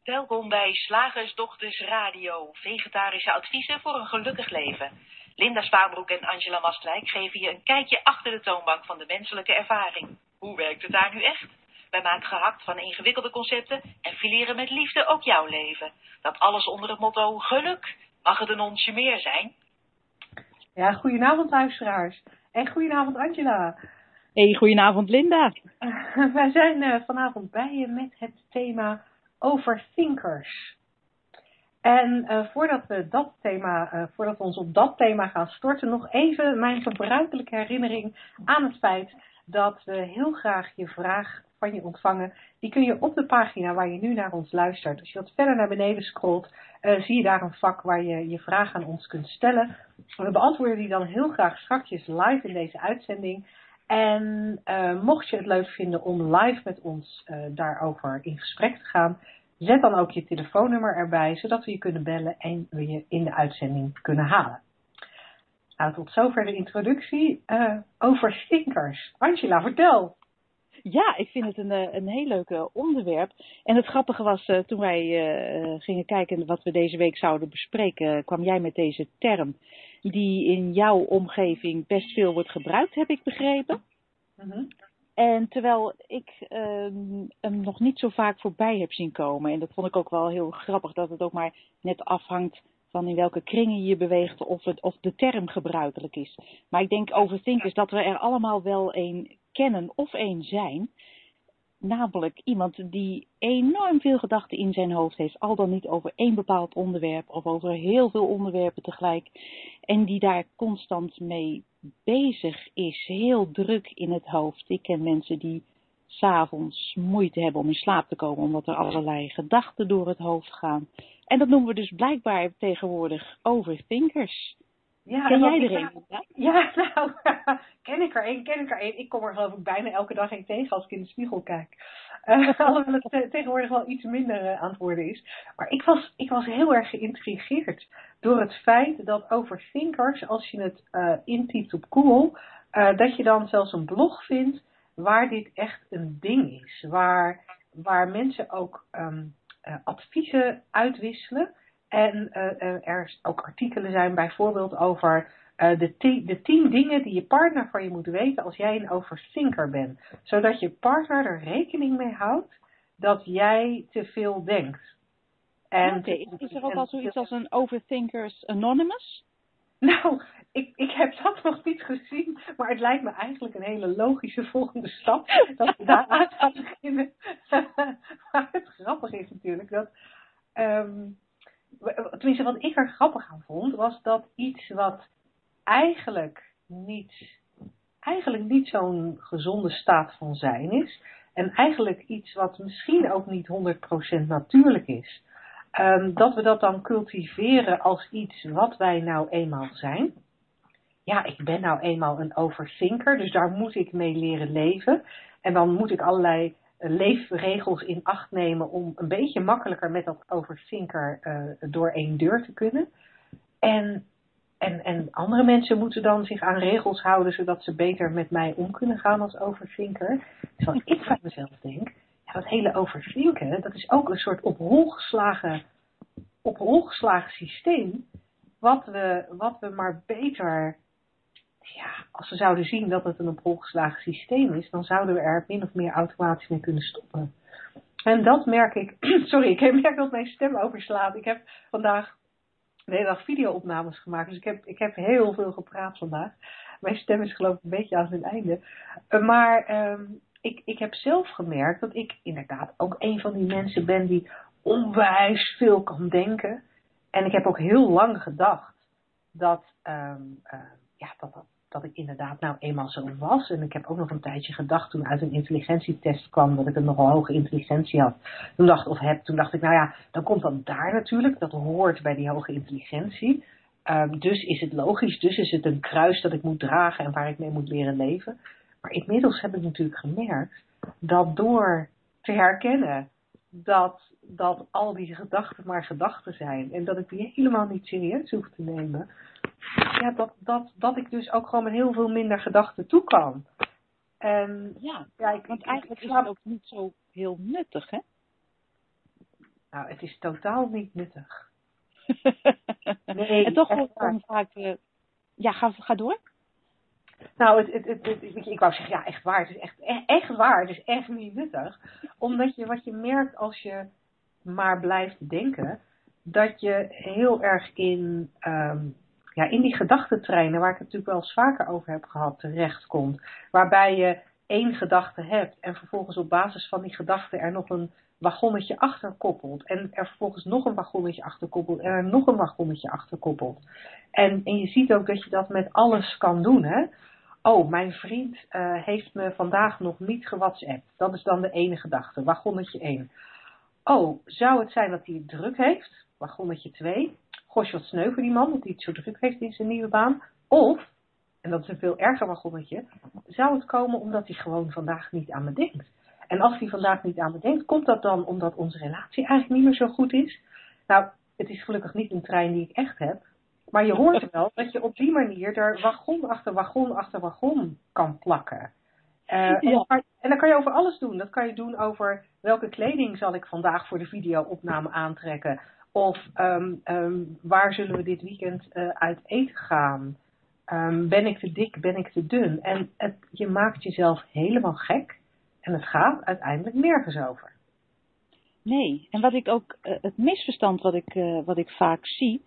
Welkom bij Slagersdochters Radio, vegetarische adviezen voor een gelukkig leven. Linda Spaanbroek en Angela Mastwijk geven je een kijkje achter de toonbank van de menselijke ervaring. Hoe werkt het daar nu echt? Wij maken gehakt van ingewikkelde concepten en fileren met liefde ook jouw leven. Dat alles onder het motto geluk. Mag het een onsje meer zijn? Ja, goedenavond luisteraars. En goedenavond Angela. Hey, goedenavond Linda. Wij zijn vanavond bij je met het thema overthinkers. En voordat we ons op dat thema gaan storten, nog even mijn gebruikelijke herinnering aan het feit dat we heel graag je vraag van je ontvangen. Die kun je op de pagina waar je nu naar ons luistert. Als je wat verder naar beneden scrolt, zie je daar een vak waar je je vraag aan ons kunt stellen. We beantwoorden die dan heel graag straks live in deze uitzending. En mocht je het leuk vinden om live met ons daarover in gesprek te gaan, zet dan ook je telefoonnummer erbij, zodat we je kunnen bellen en we je in de uitzending kunnen halen. Nou, tot zover de introductie over thinkers. Angela, vertel. Ja, ik vind het een heel leuk onderwerp. En het grappige was, toen wij gingen kijken wat we deze week zouden bespreken, kwam jij met deze term die in jouw omgeving best veel wordt gebruikt, heb ik begrepen. Mm-hmm. En terwijl ik hem nog niet zo vaak voorbij heb zien komen. En dat vond ik ook wel heel grappig, dat het ook maar net afhangt van in welke kringen je beweegt of de term gebruikelijk is. Maar ik denk overthinkers dat we er allemaal wel een kennen of een zijn. Namelijk iemand die enorm veel gedachten in zijn hoofd heeft. Al dan niet over één bepaald onderwerp of over heel veel onderwerpen tegelijk. En die daar constant mee bezig is. Heel druk in het hoofd. Ik ken mensen die 's avonds moeite hebben om in slaap te komen. Omdat er allerlei gedachten door het hoofd gaan. En dat noemen we dus blijkbaar tegenwoordig overthinkers. Ja, ken jij er een? Ja, nou, ken ik er één. Ik kom er geloof ik bijna elke dag een tegen als ik in de spiegel kijk. Alhoewel het tegenwoordig wel iets minder aan het worden is. Maar ik was heel erg geïntrigeerd door het feit dat overthinkers, als je het intypt op Google, dat je dan zelfs een blog vindt waar dit echt een ding is. Waar mensen ook adviezen uitwisselen. En er ook artikelen zijn bijvoorbeeld over de 10 dingen die je partner van je moet weten als jij een overthinker bent. Zodat je partner er rekening mee houdt dat jij te veel denkt. Oké, is er ook al zoiets als een Overthinkers Anonymous? Nou, ik heb dat nog niet gezien, maar het lijkt me eigenlijk een hele logische volgende stap dat we daar aan gaan beginnen. Maar het grappige is natuurlijk dat tenminste, wat ik er grappig aan vond, was dat iets wat eigenlijk niet zo'n gezonde staat van zijn is. En eigenlijk iets wat misschien ook niet 100% natuurlijk is. Dat we dat dan cultiveren als iets wat wij nou eenmaal zijn. Ja, ik ben nou eenmaal een overthinker, dus daar moet ik mee leren leven. En dan moet ik allerlei leefregels in acht nemen om een beetje makkelijker met dat overthinker door één deur te kunnen. En andere mensen moeten dan zich aan regels houden, zodat ze beter met mij om kunnen gaan als overthinker. Dus wat ik van mezelf denk, ja, dat hele overthinken, dat is ook een soort op hol geslagen systeem, wat we maar beter, ja, als we zouden zien dat het een op hol geslagen systeem is, dan zouden we er min of meer automatisch mee kunnen stoppen. En dat merk ik, ik merk dat mijn stem overslaat. Ik heb vandaag de hele dag video-opnames gemaakt, dus ik heb heel veel gepraat vandaag. Mijn stem is geloof ik een beetje aan zijn einde. Maar ik heb zelf gemerkt dat ik inderdaad ook een van die mensen ben die onwijs veel kan denken. En ik heb ook heel lang gedacht dat ik inderdaad nou eenmaal zo was. En ik heb ook nog een tijdje gedacht toen uit een intelligentietest kwam dat ik een nogal hoge intelligentie had. Toen dacht ik, nou ja, dan komt dat daar natuurlijk. Dat hoort bij die hoge intelligentie. Dus is het logisch. Dus is het een kruis dat ik moet dragen en waar ik mee moet leren leven. Maar inmiddels heb ik natuurlijk gemerkt dat door te herkennen dat al die gedachten maar gedachten zijn. En dat ik die helemaal niet serieus hoef te nemen. Ja, dat ik dus ook gewoon met heel veel minder gedachten toe kan. En want eigenlijk is het ook niet zo heel nuttig, hè? Nou, het is totaal niet nuttig. Nee, en toch echt wordt dan vaak... ja, ga door. Nou, ik wou zeggen, ja, echt waar. Het is echt waar. Het is echt niet nuttig. Omdat wat je merkt als je maar blijft denken, dat je heel erg in die gedachtentreinen, waar ik het natuurlijk wel eens vaker over heb gehad, terechtkomt. Waarbij je 1 gedachte hebt en vervolgens op basis van die gedachte er nog een wagonnetje achter koppelt. En er vervolgens nog een wagonnetje achter koppelt en er nog een wagonnetje achter koppelt. En je ziet ook dat je dat met alles kan doen, hè. Oh, mijn vriend heeft me vandaag nog niet gewhatsappt. Dat is dan de ene gedachte, wagonnetje 1. Oh, zou het zijn dat hij het druk heeft? Wagonnetje 2. Gosh, wat sneu voor die man dat hij het zo druk heeft in zijn nieuwe baan. Of, en dat is een veel erger wagonnetje, zou het komen omdat hij gewoon vandaag niet aan me denkt? En als hij vandaag niet aan me denkt, komt dat dan omdat onze relatie eigenlijk niet meer zo goed is? Nou, het is gelukkig niet een trein die ik echt heb. Maar je hoort wel dat je op die manier er wagon achter wagon achter wagon kan plakken. En dan kan je over alles doen. Dat kan je doen over welke kleding zal ik vandaag voor de video-opname aantrekken. Of waar zullen we dit weekend uit eten gaan? Ben ik te dik, ben ik te dun? En je maakt jezelf helemaal gek. En het gaat uiteindelijk nergens over. Nee, en wat ik ook, het misverstand wat ik vaak zie,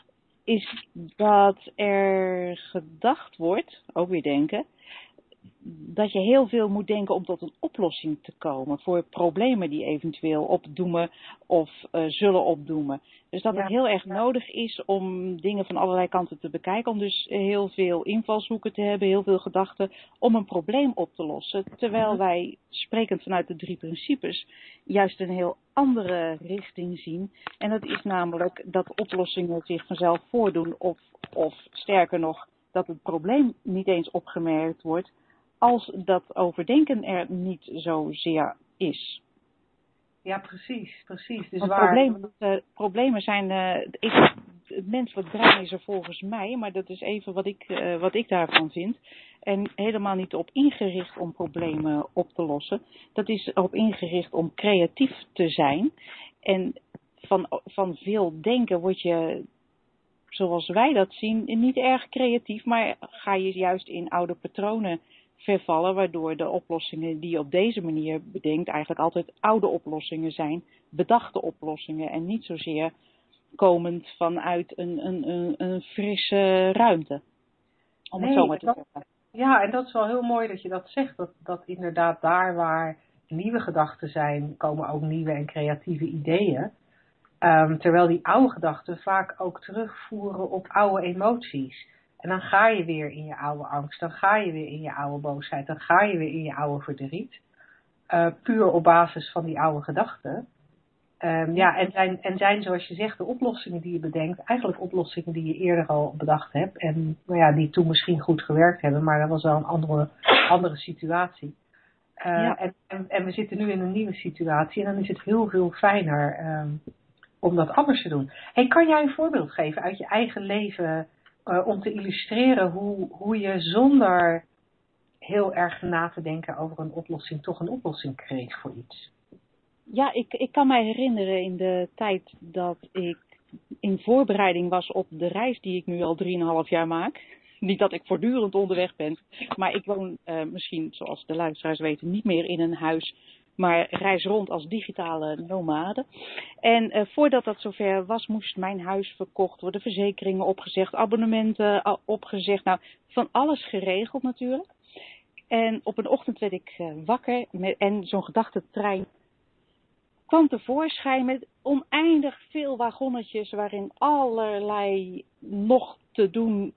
is dat er gedacht wordt, ook weer denken, dat je heel veel moet denken om tot een oplossing te komen voor problemen die eventueel opdoemen of zullen opdoemen. Dus dat het heel erg nodig is om dingen van allerlei kanten te bekijken, om dus heel veel invalshoeken te hebben, heel veel gedachten om een probleem op te lossen. Terwijl wij, sprekend vanuit de 3 principes, juist een heel andere richting zien. En dat is namelijk dat oplossingen zich vanzelf voordoen of sterker nog, dat het probleem niet eens opgemerkt wordt, als dat overdenken er niet zozeer is. Ja, precies. Dus want problemen zijn... het menselijk brein is er volgens mij, maar dat is even wat ik daarvan vind. En helemaal niet op ingericht om problemen op te lossen. Dat is op ingericht om creatief te zijn. En van veel denken word je, zoals wij dat zien, niet erg creatief, maar ga je juist in oude patronen vervallen, waardoor de oplossingen die je op deze manier bedenkt eigenlijk altijd oude oplossingen zijn, bedachte oplossingen en niet zozeer komend vanuit een frisse ruimte. Om het zo maar te zeggen. Ja, en dat is wel heel mooi dat je dat zegt, dat inderdaad daar waar nieuwe gedachten zijn, komen ook nieuwe en creatieve ideeën. Terwijl die oude gedachten vaak ook terugvoeren op oude emoties. En dan ga je weer in je oude angst, dan ga je weer in je oude boosheid, dan ga je weer in je oude verdriet. Puur op basis van die oude gedachten. En zijn, zoals je zegt, de oplossingen die je bedenkt, eigenlijk oplossingen die je eerder al bedacht hebt. En die toen misschien goed gewerkt hebben, maar dat was wel een andere situatie. En we zitten nu in een nieuwe situatie en dan is het heel veel fijner om dat anders te doen. Hey, kan jij een voorbeeld geven uit je eigen leven om te illustreren hoe je zonder heel erg na te denken over een oplossing toch een oplossing kreeg voor iets? Ja, ik kan mij herinneren in de tijd dat ik in voorbereiding was op de reis die ik nu al 3,5 jaar maak. Niet dat ik voortdurend onderweg ben, maar ik woon misschien, zoals de luisteraars weten, niet meer in een huis, maar reis rond als digitale nomade. En voordat dat zover was, moest mijn huis verkocht worden, verzekeringen opgezegd, abonnementen opgezegd. Nou, van alles geregeld natuurlijk. En op een ochtend werd ik wakker en zo'n gedachtentrein kwam tevoorschijn met oneindig veel wagonnetjes waarin allerlei nog te doen,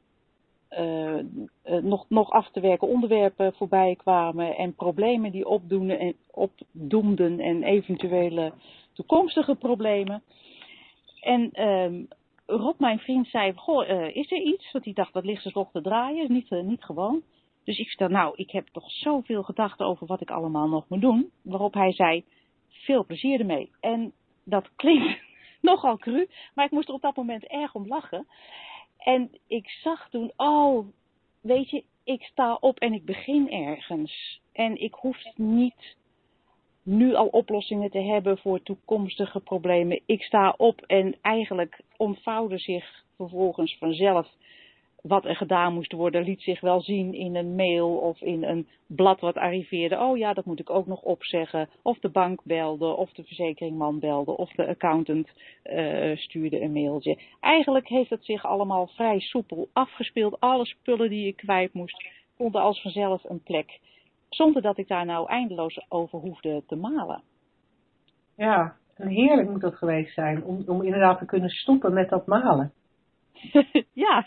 nog af te werken onderwerpen voorbij kwamen en problemen die opdoemden en eventuele toekomstige problemen. En Rob, mijn vriend, zei, is er iets? Want hij dacht, dat ligt er toch te draaien, niet gewoon. Dus ik vertel, nou, ik heb toch zoveel gedachten over wat ik allemaal nog moet doen. Waarop hij zei, veel plezier ermee. En dat klinkt nogal cru, maar ik moest er op dat moment erg om lachen. En ik zag toen, weet je, ik sta op en ik begin ergens. En ik hoef niet nu al oplossingen te hebben voor toekomstige problemen. Ik sta op en eigenlijk ontvouwde zich vervolgens vanzelf wat er gedaan moest worden. Liet zich wel zien in een mail of in een blad wat arriveerde. Oh ja, dat moet ik ook nog opzeggen. Of de bank belde, of de verzekeringman belde, of de accountant stuurde een mailtje. Eigenlijk heeft het zich allemaal vrij soepel afgespeeld. Alle spullen die ik kwijt moest, vonden als vanzelf een plek. Zonder dat ik daar nou eindeloos over hoefde te malen. Ja, en heerlijk moet dat geweest zijn om inderdaad te kunnen stoppen met dat malen. Ja.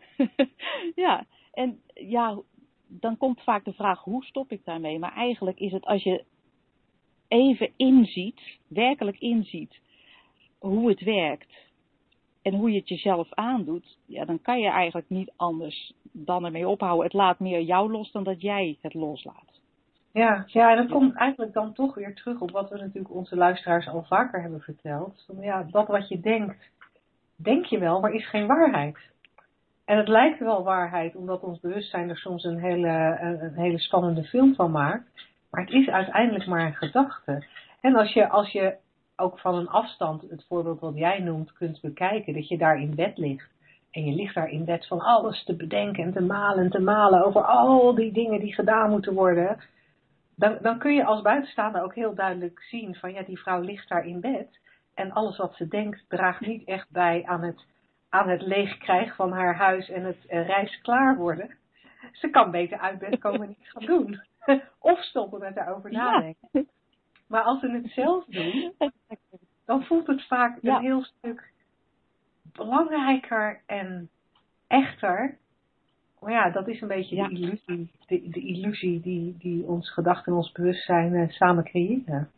Ja, en ja, dan komt vaak de vraag, hoe stop ik daarmee? Maar eigenlijk is het als je even inziet, werkelijk inziet, hoe het werkt en hoe je het jezelf aandoet, ja, dan kan je eigenlijk niet anders dan ermee ophouden. Het laat meer jou los dan dat jij het loslaat. Ja, en dat komt eigenlijk dan toch weer terug op wat we natuurlijk onze luisteraars al vaker hebben verteld. Van, ja, dat wat je denkt, denk je wel, maar is geen waarheid. En het lijkt wel waarheid, omdat ons bewustzijn er soms een hele spannende film van maakt. Maar het is uiteindelijk maar een gedachte. En als je ook van een afstand, het voorbeeld wat jij noemt, kunt bekijken, dat je daar in bed ligt. En je ligt daar in bed van alles te bedenken en te malen over al die dingen die gedaan moeten worden. Dan kun je als buitenstaander ook heel duidelijk zien van ja, die vrouw ligt daar in bed. En alles wat ze denkt draagt niet echt bij aan het leegkrijgen van haar huis en het reis klaar worden. Ze kan beter uit bed komen en iets gaan doen. Of stoppen met daarover nadenken. Ja. Maar als ze het zelf doen, dan voelt het vaak een heel stuk belangrijker en echter. Maar ja, dat is een beetje de illusie die ons gedachten en ons bewustzijn samen creëren.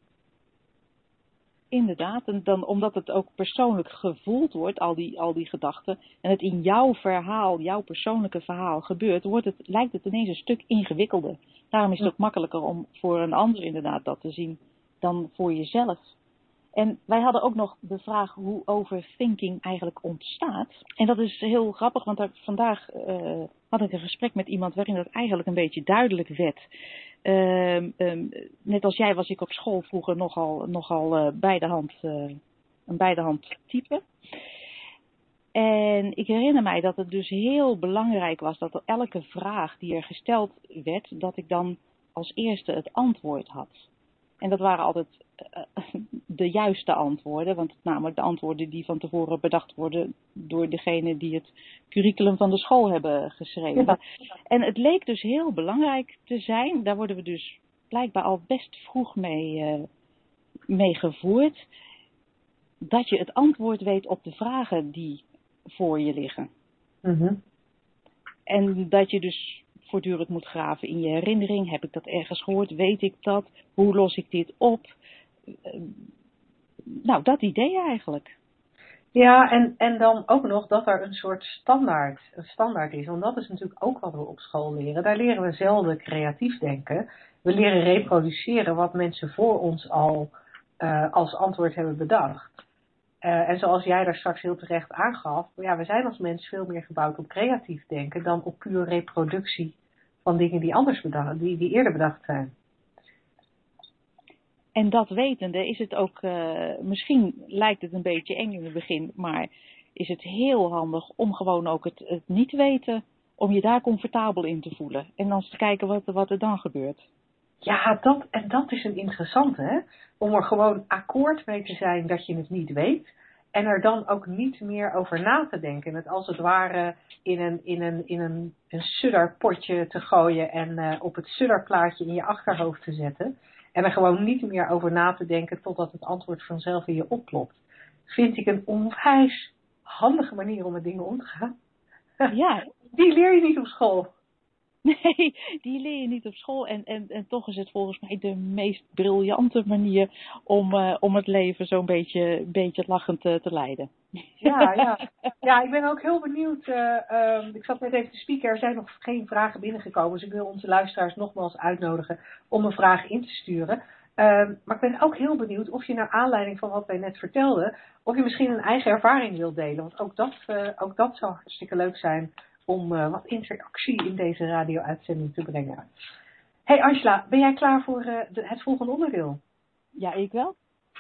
Inderdaad, en dan omdat het ook persoonlijk gevoeld wordt, al die gedachten, en het in jouw verhaal, jouw persoonlijke verhaal gebeurt, lijkt het ineens een stuk ingewikkelder. Daarom is het ook makkelijker om voor een ander inderdaad dat te zien dan voor jezelf. En wij hadden ook nog de vraag hoe overthinking eigenlijk ontstaat. En dat is heel grappig, want vandaag had ik een gesprek met iemand waarin dat eigenlijk een beetje duidelijk werd. Net als jij was ik op school vroeger nogal bij de hand typen. En ik herinner mij dat het dus heel belangrijk was dat elke vraag die er gesteld werd, dat ik dan als eerste het antwoord had. En dat waren altijd de juiste antwoorden, want namelijk de antwoorden die van tevoren bedacht worden door degene die het curriculum van de school hebben geschreven. Ja. En het leek dus heel belangrijk te zijn, daar worden we dus blijkbaar al best vroeg mee gevoerd, dat je het antwoord weet op de vragen die voor je liggen. Mm-hmm. En dat je dus voortdurend moet graven in je herinnering. Heb ik dat ergens gehoord? Weet ik dat? Hoe los ik dit op? Nou, dat idee eigenlijk. Ja, en dan ook nog dat er een soort standaard is. Want dat is natuurlijk ook wat we op school leren. Daar leren we zelden creatief denken. We leren reproduceren wat mensen voor ons al als antwoord hebben bedacht. En zoals jij daar straks heel terecht aangaf, ja, we zijn als mens veel meer gebouwd op creatief denken dan op puur reproductie van dingen die anders bedacht, die eerder bedacht zijn. En dat wetende is het ook, misschien lijkt het een beetje eng in het begin, maar is het heel handig om gewoon ook het niet weten, om je daar comfortabel in te voelen. En dan eens te kijken wat er dan gebeurt. Ja, dat is een interessante, hè? Om er gewoon akkoord mee te zijn dat je het niet weet. En er dan ook niet meer over na te denken. Het als het ware in een sudderpotje te gooien en op het sudderplaatje in je achterhoofd te zetten. En er gewoon niet meer over na te denken totdat het antwoord vanzelf in je oplopt. Vind ik een onwijs handige manier om met dingen om te gaan. Ja. Die leer je niet op school. Nee, die leer je niet op school. En toch is het volgens mij de meest briljante manier om het leven zo'n beetje lachend te leiden. Ja, ik ben ook heel benieuwd. Ik zat net even te spieken. Er zijn nog geen vragen binnengekomen. Dus ik wil onze luisteraars nogmaals uitnodigen om een vraag in te sturen. Maar ik ben ook heel benieuwd of je naar aanleiding van wat wij net vertelden, of je misschien een eigen ervaring wilt delen. Want ook dat zou hartstikke leuk zijn om wat interactie in deze radio-uitzending te brengen. Hey Angela, ben jij klaar voor het volgende onderdeel? Ja, ik wel.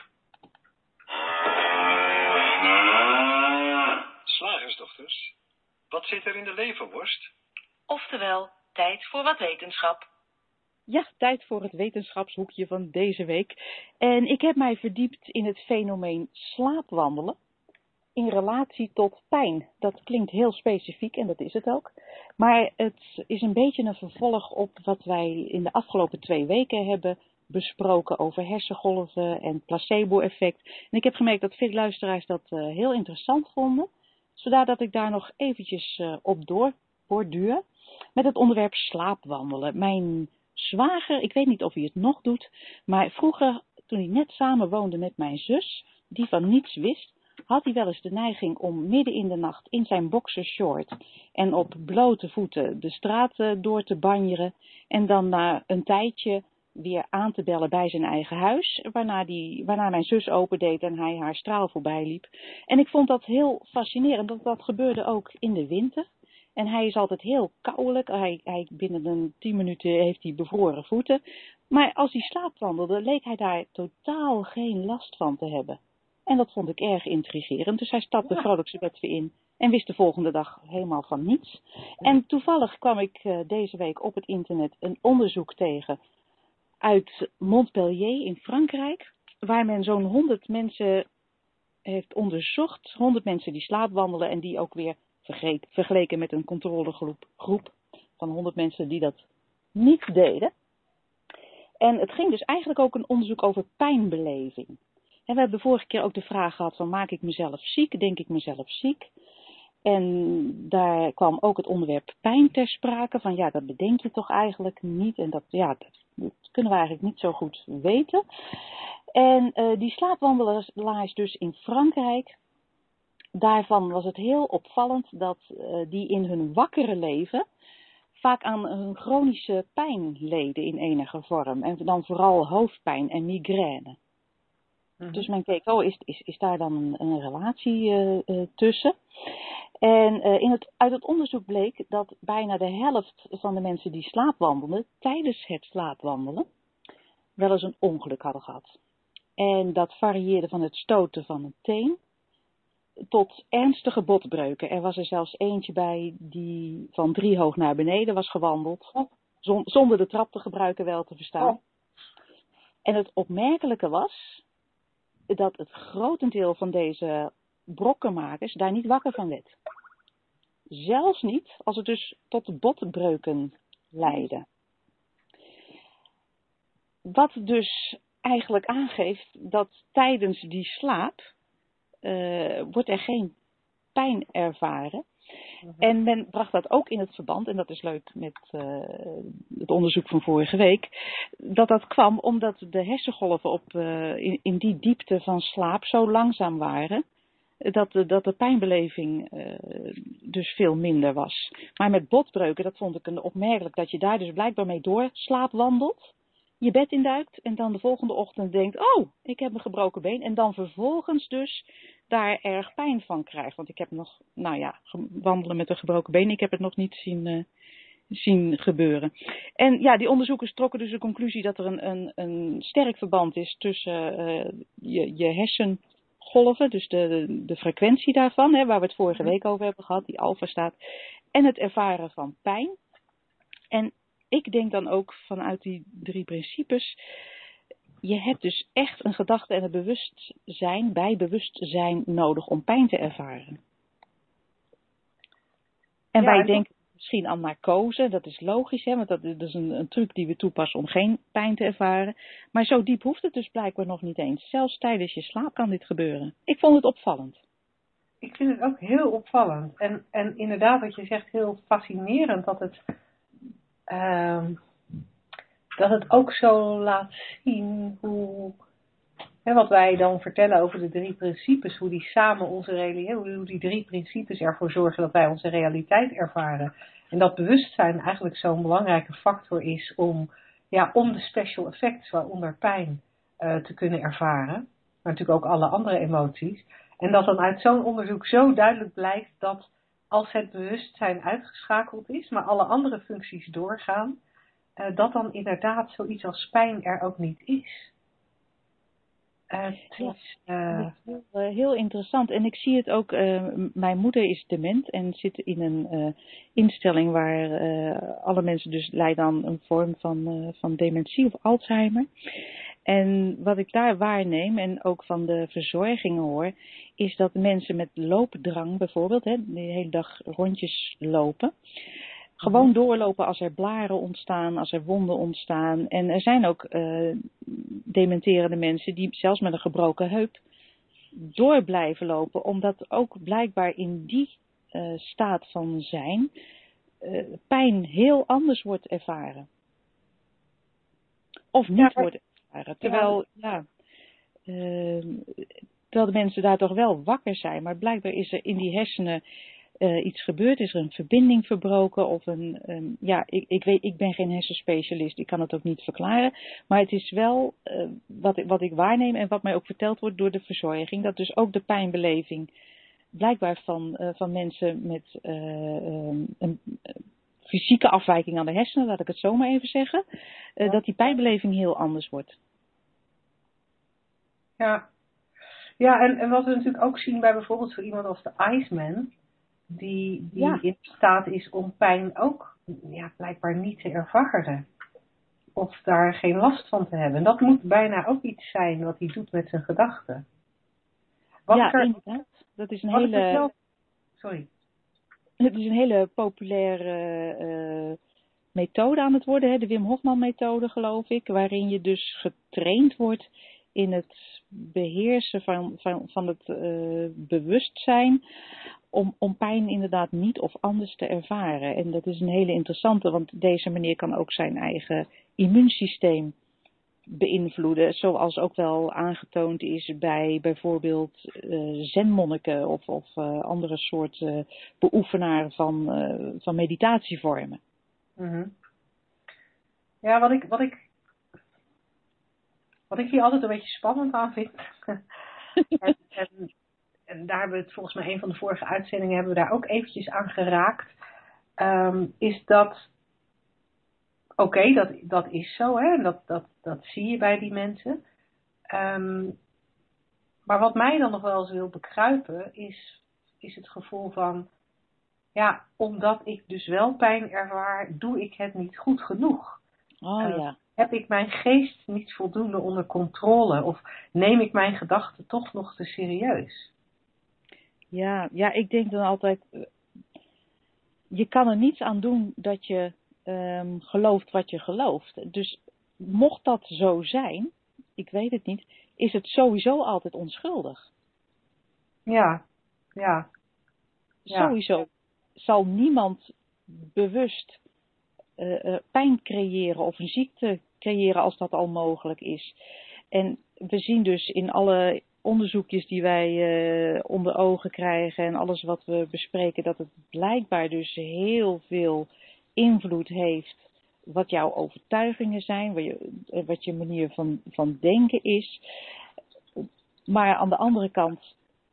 Slagersdochters, wat zit er in de leverworst? Oftewel, tijd voor wat wetenschap. Ja, tijd voor het wetenschapshoekje van deze week. En ik heb mij verdiept in het fenomeen slaapwandelen in relatie tot pijn. Dat klinkt heel specifiek en dat is het ook. Maar het is een beetje een vervolg op wat wij in de afgelopen 2 weken hebben besproken over hersengolven en placebo-effect. En ik heb gemerkt dat veel luisteraars dat heel interessant vonden. Zodat ik daar nog eventjes op doorborduur met het onderwerp slaapwandelen. Mijn zwager, ik weet niet of hij het nog doet, maar vroeger, toen hij net samen woonde met mijn zus, die van niets wist, had hij wel eens de neiging om midden in de nacht in zijn boxershort en op blote voeten de straat door te banjeren en dan na een tijdje weer aan te bellen bij zijn eigen huis, waarna mijn zus opendeed en hij haar straal voorbij liep. En ik vond dat heel fascinerend, dat gebeurde ook in de winter. En hij is altijd heel kouwelijk. Hij binnen een 10 minuten heeft hij bevroren voeten. Maar als hij slaapwandelde, leek hij daar totaal geen last van te hebben. En dat vond ik erg intrigerend. Dus hij stapte vrolijk zijn bed weer in en wist de volgende dag helemaal van niets. En toevallig kwam ik deze week op het internet een onderzoek tegen uit Montpellier in Frankrijk, waar men zo'n 100 mensen heeft onderzocht. 100 mensen die slaapwandelen en die ook weer vergeleken met een controlegroep van 100 mensen die dat niet deden. En het ging dus eigenlijk ook een onderzoek over pijnbeleving. En we hebben vorige keer ook de vraag gehad van maak ik mezelf ziek, denk ik mezelf ziek? En daar kwam ook het onderwerp pijn ter sprake van ja, dat bedenk je toch eigenlijk niet en dat kunnen we eigenlijk niet zo goed weten. En die slaapwandelaars dus in Frankrijk, daarvan was het heel opvallend dat die in hun wakkere leven vaak aan een chronische pijn leden in enige vorm. En dan vooral hoofdpijn en migraine. Mm-hmm. Dus men keek, is daar dan een relatie tussen? En uit het onderzoek bleek dat bijna de helft van de mensen die slaapwandelden, tijdens het slaapwandelen, wel eens een ongeluk hadden gehad. En dat varieerde van het stoten van een teen tot ernstige botbreuken. Er was er zelfs eentje bij die van 3 hoog naar beneden was gewandeld, zonder de trap te gebruiken wel te verstaan. En het opmerkelijke was dat het grotendeel van deze brokkenmakers daar niet wakker van werd. Zelfs niet als het dus tot botbreuken leidde. Wat dus eigenlijk aangeeft dat tijdens die slaap wordt er geen pijn ervaren. En men bracht dat ook in het verband, en dat is leuk met het onderzoek van vorige week, dat kwam omdat de hersengolven in die diepte van slaap zo langzaam waren, dat de pijnbeleving dus veel minder was. Maar met botbreuken, dat vond ik opmerkelijk, dat je daar dus blijkbaar mee door slaapwandelt, je bed induikt en dan de volgende ochtend denkt, oh, ik heb een gebroken been. En dan vervolgens dus daar erg pijn van krijgt. Want ik heb nog, wandelen met een gebroken been, ik heb het nog niet zien gebeuren. En ja, die onderzoekers trokken dus de conclusie dat er een sterk verband is tussen je hersengolven, dus de frequentie daarvan, waar we het vorige week over hebben gehad, die alfa-staat, en het ervaren van pijn. En ik denk dan ook vanuit die 3 principes, je hebt dus echt een gedachte en een bewustzijn nodig om pijn te ervaren. En wij denken misschien aan narcose, dat is logisch, want dat is een truc die we toepassen om geen pijn te ervaren. Maar zo diep hoeft het dus blijkbaar nog niet eens. Zelfs tijdens je slaap kan dit gebeuren. Ik vond het opvallend. Ik vind het ook heel opvallend. En inderdaad, wat je zegt, heel fascinerend dat het ook zo laat zien hoe, wat wij dan vertellen over de 3 principes, hoe die samen hoe die 3 principes ervoor zorgen dat wij onze realiteit ervaren. En dat bewustzijn eigenlijk zo'n belangrijke factor is om de special effects, waaronder pijn, te kunnen ervaren. Maar natuurlijk ook alle andere emoties. En dat dan uit zo'n onderzoek zo duidelijk blijkt dat als het bewustzijn uitgeschakeld is, maar alle andere functies doorgaan, dat dan inderdaad zoiets als pijn er ook niet is. Het is, Dat is heel interessant. En ik zie het ook, mijn moeder is dement en zit in een instelling waar alle mensen dus lijden aan een vorm van dementie of Alzheimer. En wat ik daar waarneem en ook van de verzorgingen hoor, is dat mensen met loopdrang bijvoorbeeld, de hele dag rondjes lopen, gewoon doorlopen als er blaren ontstaan, als er wonden ontstaan. En er zijn ook dementerende mensen die zelfs met een gebroken heup door blijven lopen. Omdat ook blijkbaar in die staat van zijn pijn heel anders wordt ervaren. Of niet wordt ervaren. Terwijl, terwijl de mensen daar toch wel wakker zijn. Maar blijkbaar is er in die hersenen iets gebeurd, is er een verbinding verbroken of ik ben geen hersenspecialist, ik kan het ook niet verklaren, maar het is wel wat ik waarneem en wat mij ook verteld wordt door de verzorging, dat dus ook de pijnbeleving blijkbaar van mensen met een fysieke afwijking aan de hersenen, laat ik het zo maar even zeggen, dat die pijnbeleving heel anders wordt. Ja, en wat we natuurlijk ook zien bij bijvoorbeeld voor iemand als de Iceman, die in staat is om pijn ook blijkbaar niet te ervaren. Of daar geen last van te hebben. En dat moet bijna ook iets zijn wat hij doet met zijn gedachten. Inderdaad. Dat is een hele... Sorry. Het is een hele populaire methode aan het worden, de Wim Hofman methode geloof ik, waarin je dus getraind wordt in het beheersen van het bewustzijn om pijn inderdaad niet of anders te ervaren. En dat is een hele interessante, want deze meneer kan ook zijn eigen immuunsysteem beïnvloeden, zoals ook wel aangetoond is bij bijvoorbeeld zenmonniken of andere soorten beoefenaren van meditatievormen. Mm-hmm. Ja, wat ik hier altijd een beetje spannend aan vind, en daar hebben we het volgens mij een van de vorige uitzendingen hebben we daar ook eventjes aan geraakt, is dat, dat is zo, hè, en dat zie je bij die mensen. Maar wat mij dan nog wel eens wil bekruipen, is het gevoel van, omdat ik dus wel pijn ervaar, doe ik het niet goed genoeg. Heb ik mijn geest niet voldoende onder controle? Of neem ik mijn gedachten toch nog te serieus? Ja, ik denk dan altijd, je kan er niets aan doen dat je gelooft wat je gelooft. Dus mocht dat zo zijn, ik weet het niet, is het sowieso altijd onschuldig. Ja. Sowieso zal niemand bewust pijn creëren of een ziekte creëren als dat al mogelijk is. En we zien dus in alle onderzoekjes die wij onder ogen krijgen en alles wat we bespreken, dat het blijkbaar dus heel veel invloed heeft wat jouw overtuigingen zijn, wat je manier van denken is. Maar aan de andere kant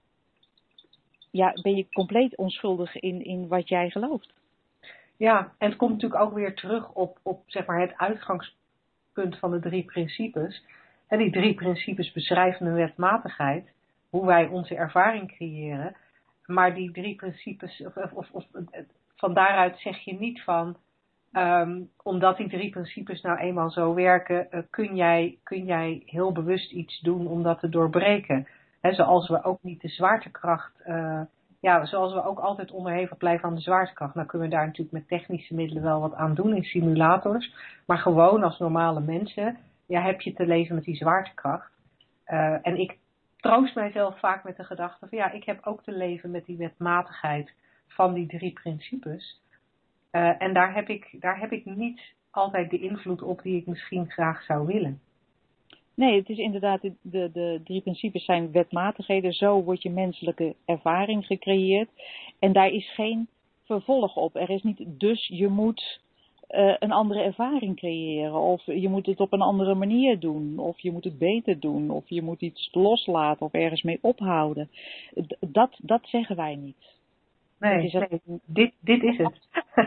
ben je compleet onschuldig in wat jij gelooft. Ja, en het komt natuurlijk ook weer terug op zeg maar het uitgangspunt van de 3 principes. En die 3 principes beschrijven een wetmatigheid, hoe wij onze ervaring creëren. Maar die 3 principes, van daaruit zeg je niet van, omdat die 3 principes nou eenmaal zo werken, kun jij heel bewust iets doen om dat te doorbreken. He, zoals we ook niet de zwaartekracht, zoals we ook altijd onderhevig blijven aan de zwaartekracht. Nou kunnen we daar natuurlijk met technische middelen wel wat aan doen in simulators. Maar gewoon als normale mensen, heb je te leven met die zwaartekracht. En ik troost mijzelf vaak met de gedachte van ik heb ook te leven met die wetmatigheid van die 3 principes. En daar heb ik niet altijd de invloed op die ik misschien graag zou willen. Nee, het is inderdaad, de 3 principes zijn wetmatigheden. Zo wordt je menselijke ervaring gecreëerd. En daar is geen vervolg op. Er is niet, dus je moet een andere ervaring creëren. Of je moet het op een andere manier doen. Of je moet het beter doen. Of je moet iets loslaten of ergens mee ophouden. Dat zeggen wij niet. Nee, dit is het.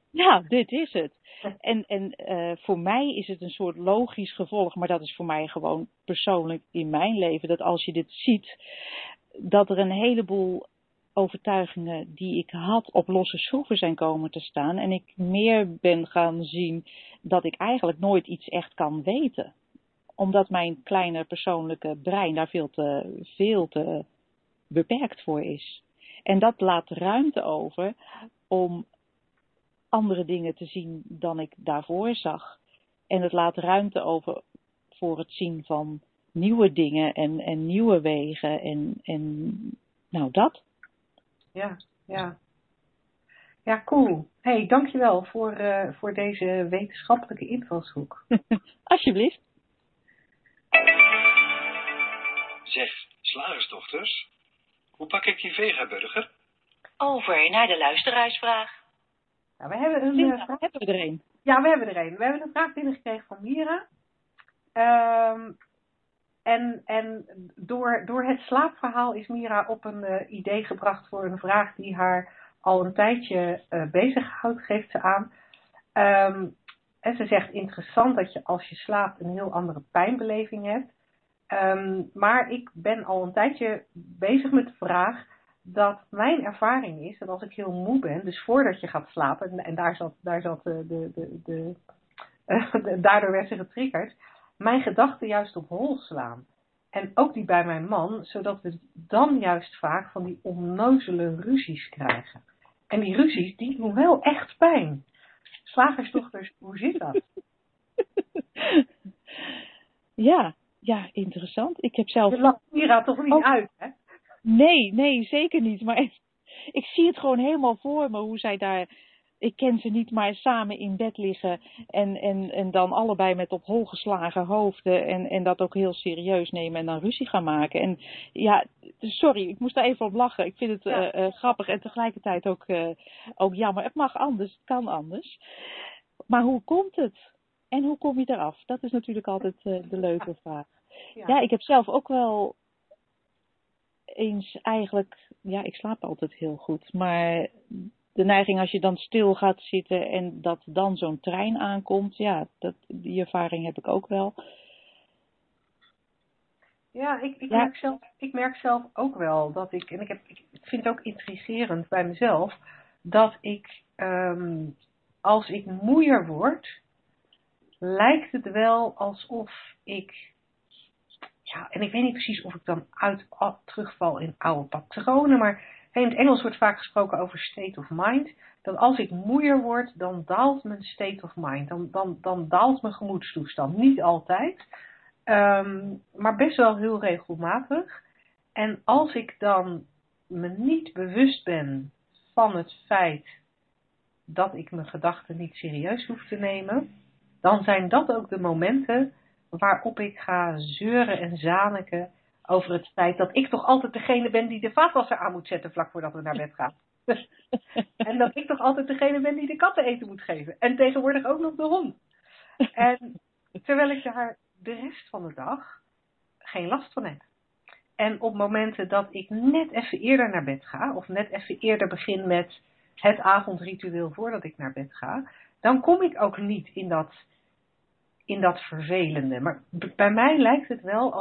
Ja, dit is het. En voor mij is het een soort logisch gevolg, maar dat is voor mij gewoon persoonlijk in mijn leven, dat als je dit ziet, dat er een heleboel overtuigingen die ik had op losse schroeven zijn komen te staan. En ik meer ben gaan zien dat ik eigenlijk nooit iets echt kan weten. Omdat mijn kleine persoonlijke brein daar veel te beperkt voor is. En dat laat ruimte over om andere dingen te zien dan ik daarvoor zag. En het laat ruimte over voor het zien van nieuwe dingen en nieuwe wegen en nou dat. Ja. Ja, cool. Hey, dankjewel voor deze wetenschappelijke invalshoek. Alsjeblieft. Zeg, slagersdochters, hoe pak ik die vegaburger? Over naar de luisteraarsvraag. Nou, we hebben een Linda, vraag. hebben we er een? Ja, we hebben er een. We hebben een vraag binnengekregen van Mira. En door het slaapverhaal is Mira op een idee gebracht voor een vraag die haar al een tijdje bezighoudt, geeft ze aan. En ze zegt interessant dat je als je slaapt een heel andere pijnbeleving hebt. Maar ik ben al een tijdje bezig met de vraag dat mijn ervaring is dat als ik heel moe ben, dus voordat je gaat slapen, en daardoor werd ze getriggerd, mijn gedachten juist op hol slaan. En ook die bij mijn man, zodat we dan juist vaak van die onnozele ruzies krijgen. En die ruzies, die doen wel echt pijn. Slagersdochters, hoe zit dat? Ja, interessant. Ik heb zelf... Je lacht Mira toch niet uit, hè? Nee, zeker niet. Maar ik zie het gewoon helemaal voor me hoe zij daar... Ik ken ze niet, maar samen in bed liggen en dan allebei met op hol geslagen hoofden en dat ook heel serieus nemen en dan ruzie gaan maken. En ja, sorry, ik moest daar even op lachen. Ik vind het grappig en tegelijkertijd ook jammer. Het mag anders, het kan anders. Maar hoe komt het? En hoe kom je eraf? Dat is natuurlijk altijd de leuke vraag. Ja, ik heb zelf ook wel eens eigenlijk... Ja, ik slaap altijd heel goed, maar... De neiging als je dan stil gaat zitten en dat dan zo'n trein aankomt, ja, die ervaring heb ik ook wel. Ja, ik merk zelf ook wel dat ik vind het ook intrigerend bij mezelf, dat ik, als ik moeier word, lijkt het wel alsof ik, en ik weet niet precies of ik dan terugval in oude patronen, maar in het Engels wordt vaak gesproken over state of mind. Dat als ik moeier word, dan daalt mijn state of mind. Dan daalt mijn gemoedstoestand. Niet altijd, maar best wel heel regelmatig. En als ik dan me niet bewust ben van het feit dat ik mijn gedachten niet serieus hoef te nemen, dan zijn dat ook de momenten waarop ik ga zeuren en zaniken over het feit dat ik toch altijd degene ben die de vaatwasser aan moet zetten vlak voordat we naar bed gaan. En dat ik toch altijd degene ben die de katten eten moet geven. En tegenwoordig ook nog de hond. En terwijl ik daar de rest van de dag geen last van heb. En op momenten dat ik net even eerder naar bed ga, of net even eerder begin met het avondritueel voordat ik naar bed ga, dan kom ik ook niet in dat vervelende. Maar bij mij lijkt het wel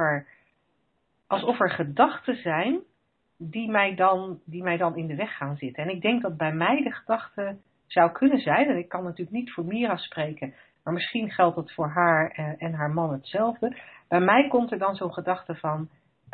alsof er gedachten zijn die mij dan in de weg gaan zitten. En ik denk dat bij mij de gedachte zou kunnen zijn, en ik kan natuurlijk niet voor Mira spreken, maar misschien geldt het voor haar en haar man hetzelfde. Bij mij komt er dan zo'n gedachte van,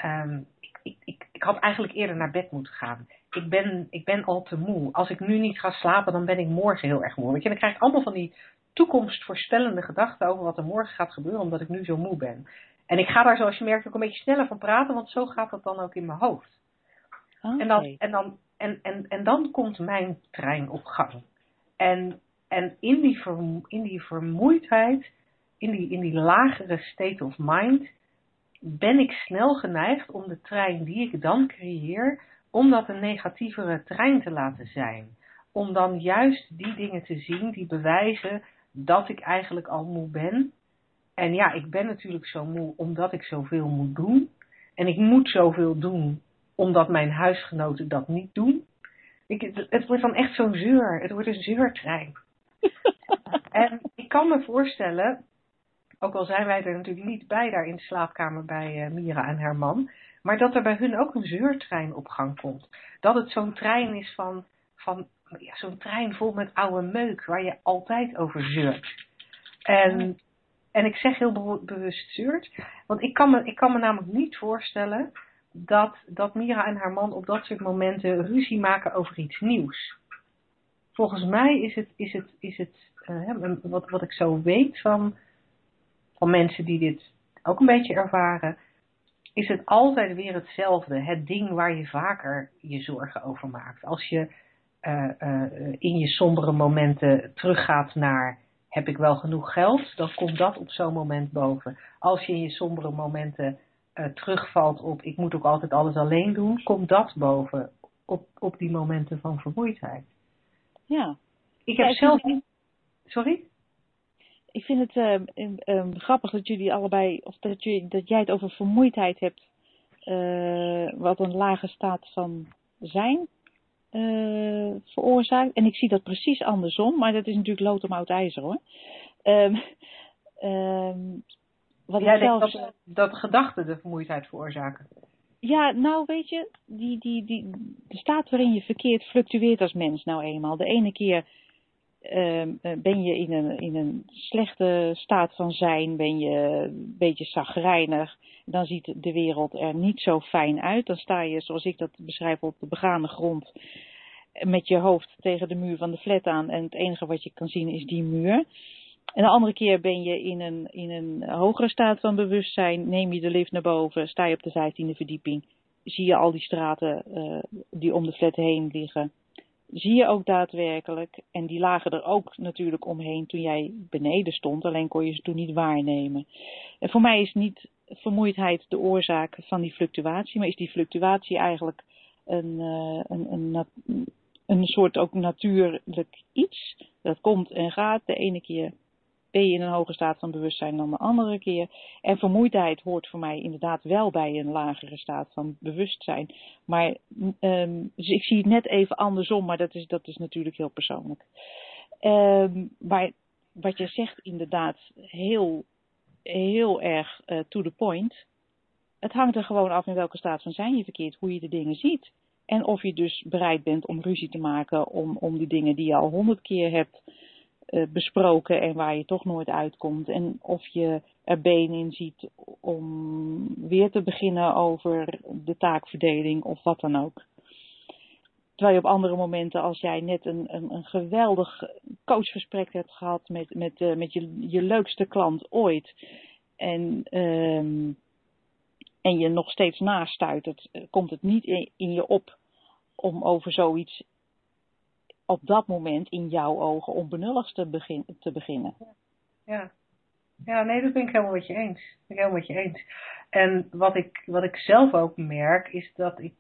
ik had eigenlijk eerder naar bed moeten gaan. Ik ben al te moe. Als ik nu niet ga slapen, dan ben ik morgen heel erg moe. Weet je, dan krijg ik allemaal van die toekomstvoorspellende gedachten over wat er morgen gaat gebeuren, omdat ik nu zo moe ben. En ik ga daar, zoals je merkt, ook een beetje sneller van praten, want zo gaat dat dan ook in mijn hoofd. Okay. En dan komt mijn trein op gang. En in die vermoeidheid, in die lagere state of mind, ben ik snel geneigd om de trein die ik dan creëer, om dat een negatievere trein te laten zijn. Om dan juist die dingen te zien die bewijzen dat ik eigenlijk al moe ben. En ja, ik ben natuurlijk zo moe omdat ik zoveel moet doen. En ik moet zoveel doen omdat mijn huisgenoten dat niet doen. Het wordt dan echt zo'n zeur. Het wordt een zeurtrein. En ik kan me voorstellen, ook al zijn wij er natuurlijk niet bij daar in de slaapkamer bij Mira en haar man, maar dat er bij hun ook een zeurtrein op gang komt. Dat het zo'n trein is van zo'n trein vol met oude meuk waar je altijd over zeurt. En ik zeg heel bewust zeurt, want ik kan me namelijk niet voorstellen dat Mira en haar man op dat soort momenten ruzie maken over iets nieuws. Volgens mij is het wat ik zo weet van mensen die dit ook een beetje ervaren, is het altijd weer hetzelfde. Het ding waar je vaker je zorgen over maakt. Als je in je sombere momenten teruggaat naar heb ik wel genoeg geld, dan komt dat op zo'n moment boven. Als je in je sombere momenten terugvalt op ik moet ook altijd alles alleen doen, komt dat boven op die momenten van vermoeidheid. Ja. Ik heb zelf... Sorry? Ik vind het grappig dat jullie allebei, of dat jij het over vermoeidheid hebt, wat een lage staat van zijn veroorzaakt. En ik zie dat precies andersom, maar dat is natuurlijk lood om oud ijzer hoor. Wat jij zelf... denkt dat gedachten de vermoeidheid veroorzaken? Ja, nou weet je, de staat waarin je verkeert fluctueert als mens nou eenmaal. De ene keer ben je in een slechte staat van zijn, ben je een beetje chagrijnig, dan ziet de wereld er niet zo fijn uit. Dan sta je, zoals ik dat beschrijf, op de begane grond met je hoofd tegen de muur van de flat aan en het enige wat je kan zien is die muur. En de andere keer ben je in een hogere staat van bewustzijn, neem je de lift naar boven, sta je op de 15e verdieping, zie je al die straten die om de flat heen liggen. Zie je ook daadwerkelijk, en die lagen er ook natuurlijk omheen toen jij beneden stond, alleen kon je ze toen niet waarnemen. En voor mij is niet vermoeidheid de oorzaak van die fluctuatie, maar is die fluctuatie eigenlijk een soort ook natuurlijk iets. Dat komt en gaat. De ene keer ben je in een hoge staat van bewustzijn dan de andere keer. En vermoeidheid hoort voor mij inderdaad wel bij een lagere staat van bewustzijn. Maar dus ik zie het net even andersom, maar dat is natuurlijk heel persoonlijk. Maar wat je zegt inderdaad heel erg to the point. Het hangt er gewoon af in welke staat van zijn je verkeert, hoe je de dingen ziet. En of je dus bereid bent om ruzie te maken om die dingen die je al 100 keer hebt besproken en waar je toch nooit uitkomt. En of je er been in ziet om weer te beginnen over de taakverdeling of wat dan ook. Terwijl je op andere momenten, als jij net een geweldig coachgesprek hebt gehad met je leukste klant ooit en je nog steeds nastuitert, komt het niet in je op om over zoiets op dat moment in jouw ogen onbenulligs te beginnen. Ja, nee, dat ben ik helemaal met je eens. En wat ik zelf ook merk, is dat ik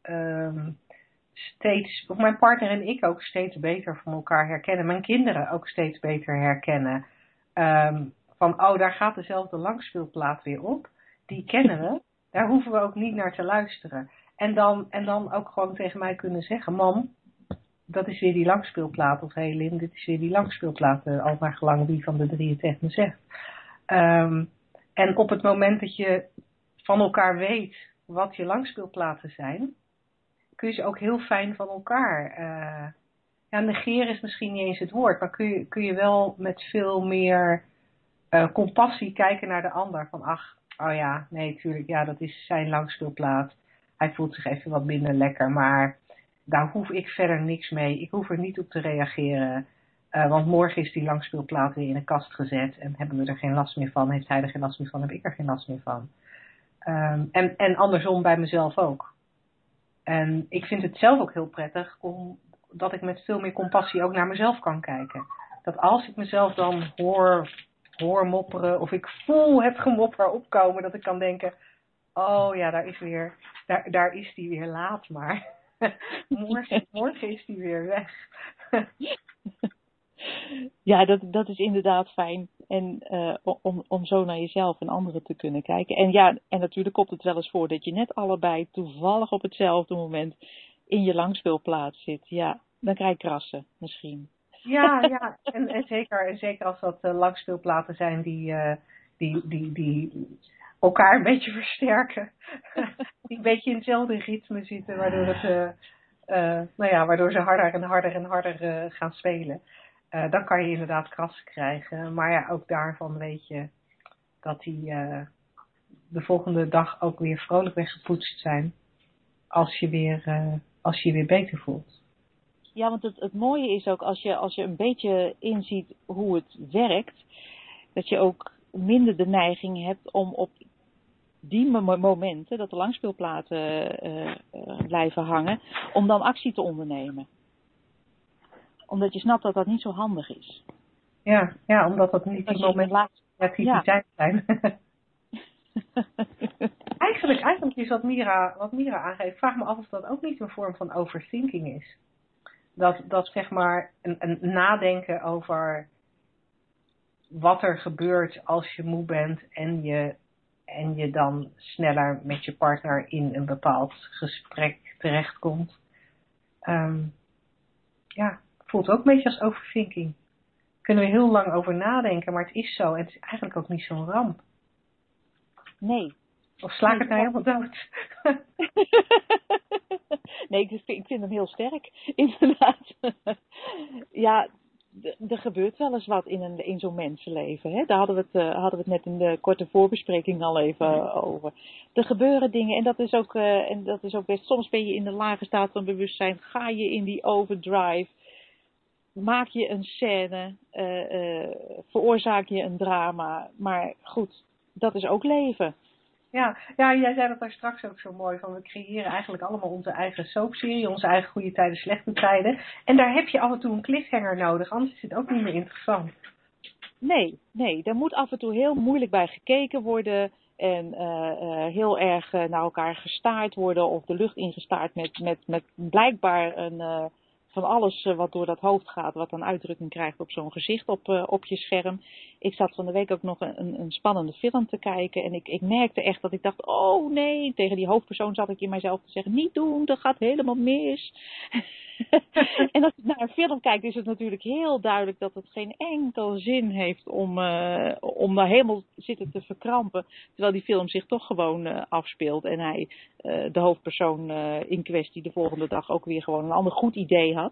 of mijn partner en ik ook steeds beter van elkaar herkennen. Mijn kinderen ook steeds beter herkennen. Daar gaat dezelfde langspeelplaat weer op. Die kennen we. Daar hoeven we ook niet naar te luisteren. En dan ook gewoon tegen mij kunnen zeggen, mam, dat is weer die langspeelplaat. Of hey Lin, dit is weer die langspeelplaat. Al naar gelang wie van de drie het tegen me zegt. En op het moment dat je van elkaar weet wat je langspeelplaten zijn, kun je ze ook heel fijn van elkaar. Negeren is misschien niet eens het woord, maar kun je wel met veel meer compassie kijken naar de ander. Van tuurlijk, ja, dat is zijn langspeelplaat. Hij voelt zich even wat minder lekker, maar daar hoef ik verder niks mee. Ik hoef er niet op te reageren. Want morgen is die langspeelplaat weer in een kast gezet en hebben we er geen last meer van. Heeft hij er geen last meer van, heb ik er geen last meer van. En andersom bij mezelf ook. En ik vind het zelf ook heel prettig dat ik met veel meer compassie ook naar mezelf kan kijken. Dat als ik mezelf dan hoor mopperen of ik voel het gemopper opkomen, dat ik kan denken, oh ja, daar is die weer, laat maar. morgen is die weer weg. Ja, dat is inderdaad fijn. En om zo naar jezelf en anderen te kunnen kijken. En ja, en natuurlijk komt het wel eens voor dat je net allebei toevallig op hetzelfde moment in je langspeelplaat zit. Ja, dan krijg je krassen misschien. Ja, en zeker als dat langspeelplaten zijn die elkaar een beetje versterken. Die een beetje in hetzelfde ritme zitten, waardoor ze harder en harder en harder gaan spelen. Dan kan je inderdaad krassen krijgen. Maar ja, ook daarvan weet je dat die de volgende dag ook weer vrolijk weggepoetst zijn. Als je weer beter voelt. Ja, want het mooie is ook als je een beetje inziet hoe het werkt, dat je ook minder de neiging hebt om op die momenten, dat de langspeelplaten blijven hangen, om dan actie te ondernemen. Omdat je snapt dat dat niet zo handig is. Ja, omdat dat niet die momenten creativiteit zijn. Eigenlijk is wat Mira aangeeft, ik vraag me af of dat ook niet een vorm van overthinking is. Dat zeg maar een nadenken over wat er gebeurt als je moe bent en je dan sneller met je partner in een bepaald gesprek terechtkomt. Voelt ook een beetje als overthinking. Kunnen we heel lang over nadenken, maar het is zo en het is eigenlijk ook niet zo'n ramp. Nee. Of sla ik het nou helemaal dood? Nee, ik vind hem heel sterk, inderdaad. Ja, er gebeurt wel eens wat in zo'n mensenleven. Hè? Daar hadden we het net in de korte voorbespreking al even over. Er gebeuren dingen en dat is ook best. Soms ben je in de lage staat van bewustzijn, ga je in die overdrive, maak je een scène, veroorzaak je een drama. Maar goed, dat is ook leven. Ja, jij zei dat daar straks ook zo mooi van. We creëren eigenlijk allemaal onze eigen soapserie, onze eigen goede tijden, slechte tijden. En daar heb je af en toe een cliffhanger nodig, anders is het ook niet meer interessant. Nee, daar moet af en toe heel moeilijk bij gekeken worden en heel erg naar elkaar gestaard worden of de lucht ingestaard met blijkbaar van alles wat door dat hoofd gaat, wat dan uitdrukking krijgt op zo'n gezicht op je scherm. Ik zat van de week ook nog een spannende film te kijken en ik merkte echt dat ik dacht, oh nee, tegen die hoofdpersoon zat ik in mijzelf te zeggen, niet doen, dat gaat helemaal mis. En als je naar een film kijkt is het natuurlijk heel duidelijk dat het geen enkel zin heeft om daar helemaal zitten te verkrampen, terwijl die film zich toch gewoon afspeelt en hij, de hoofdpersoon in kwestie, de volgende dag ook weer gewoon een ander goed idee had.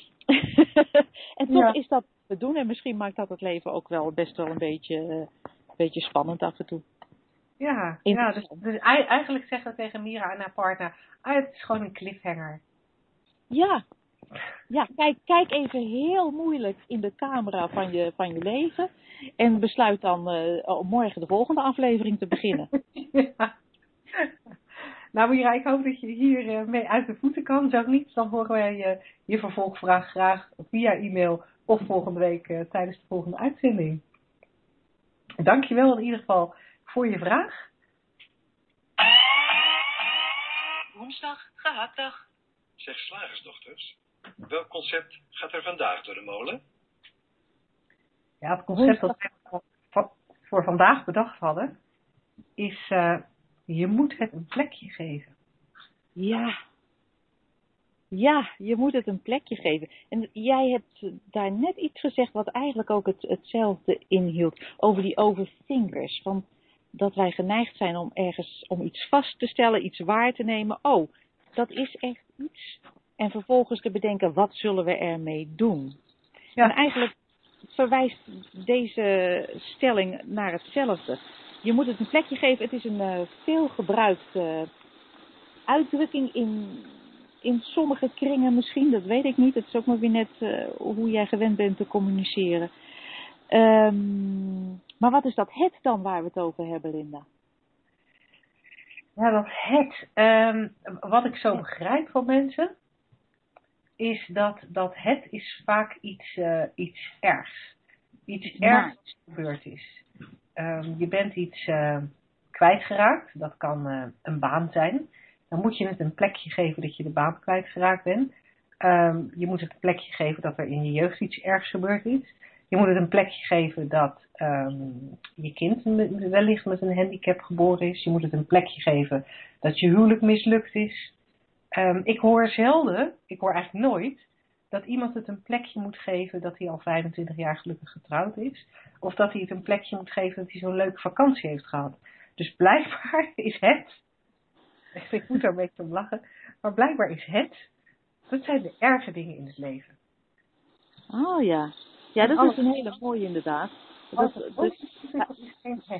En toch is dat te doen en misschien maakt dat het leven ook wel best wel een beetje spannend af en toe. Ja, dus eigenlijk zeggen we tegen Mira en haar partner, het is gewoon een cliffhanger. Ja, kijk even heel moeilijk in de camera van je leven en besluit dan om morgen de volgende aflevering te beginnen. Ja. Nou Mira, ik hoop dat je hier mee uit de voeten kan. Zo niet, dan horen wij je vervolgvraag graag via e-mail of volgende week tijdens de volgende uitzending. Dankjewel in ieder geval voor je vraag. Woensdag, gehaktdag. Zeg slagersdochters, welk concept gaat er vandaag door de molen? Ja, het concept dat we voor vandaag bedacht hadden is, je moet het een plekje geven. Ja, je moet het een plekje geven. En jij hebt daar net iets gezegd wat eigenlijk ook hetzelfde inhield. Over die overthinkers. Van dat wij geneigd zijn om iets vast te stellen, iets waar te nemen. Oh, dat is echt iets. En vervolgens te bedenken, wat zullen we ermee doen? Ja. En eigenlijk verwijst deze stelling naar hetzelfde. Je moet het een plekje geven. Het is een veelgebruikte uitdrukking in sommige kringen misschien. Dat weet ik niet. Het is ook maar weer net hoe jij gewend bent te communiceren. Maar wat is dat het dan waar we het over hebben, Linda? Ja, dat het. Wat ik zo begrijp van mensen is dat het is vaak iets ergs. Iets ergs wat gebeurd is. Je bent iets kwijtgeraakt. Dat kan een baan zijn. Dan moet je het een plekje geven dat je de baan kwijtgeraakt bent. Je moet het een plekje geven dat er in je jeugd iets ergs gebeurd is. Je moet het een plekje geven dat je kind wellicht met een handicap geboren is. Je moet het een plekje geven dat je huwelijk mislukt is. Ik hoor eigenlijk nooit, dat iemand het een plekje moet geven dat hij al 25 jaar gelukkig getrouwd is. Of dat hij het een plekje moet geven dat hij zo'n leuke vakantie heeft gehad. Dus blijkbaar is het, ik moet daar een beetje om lachen, maar blijkbaar is dat zijn de erge dingen in het leven. Oh ja. Ja, dat is een hele mooie inderdaad. Als het is geen het.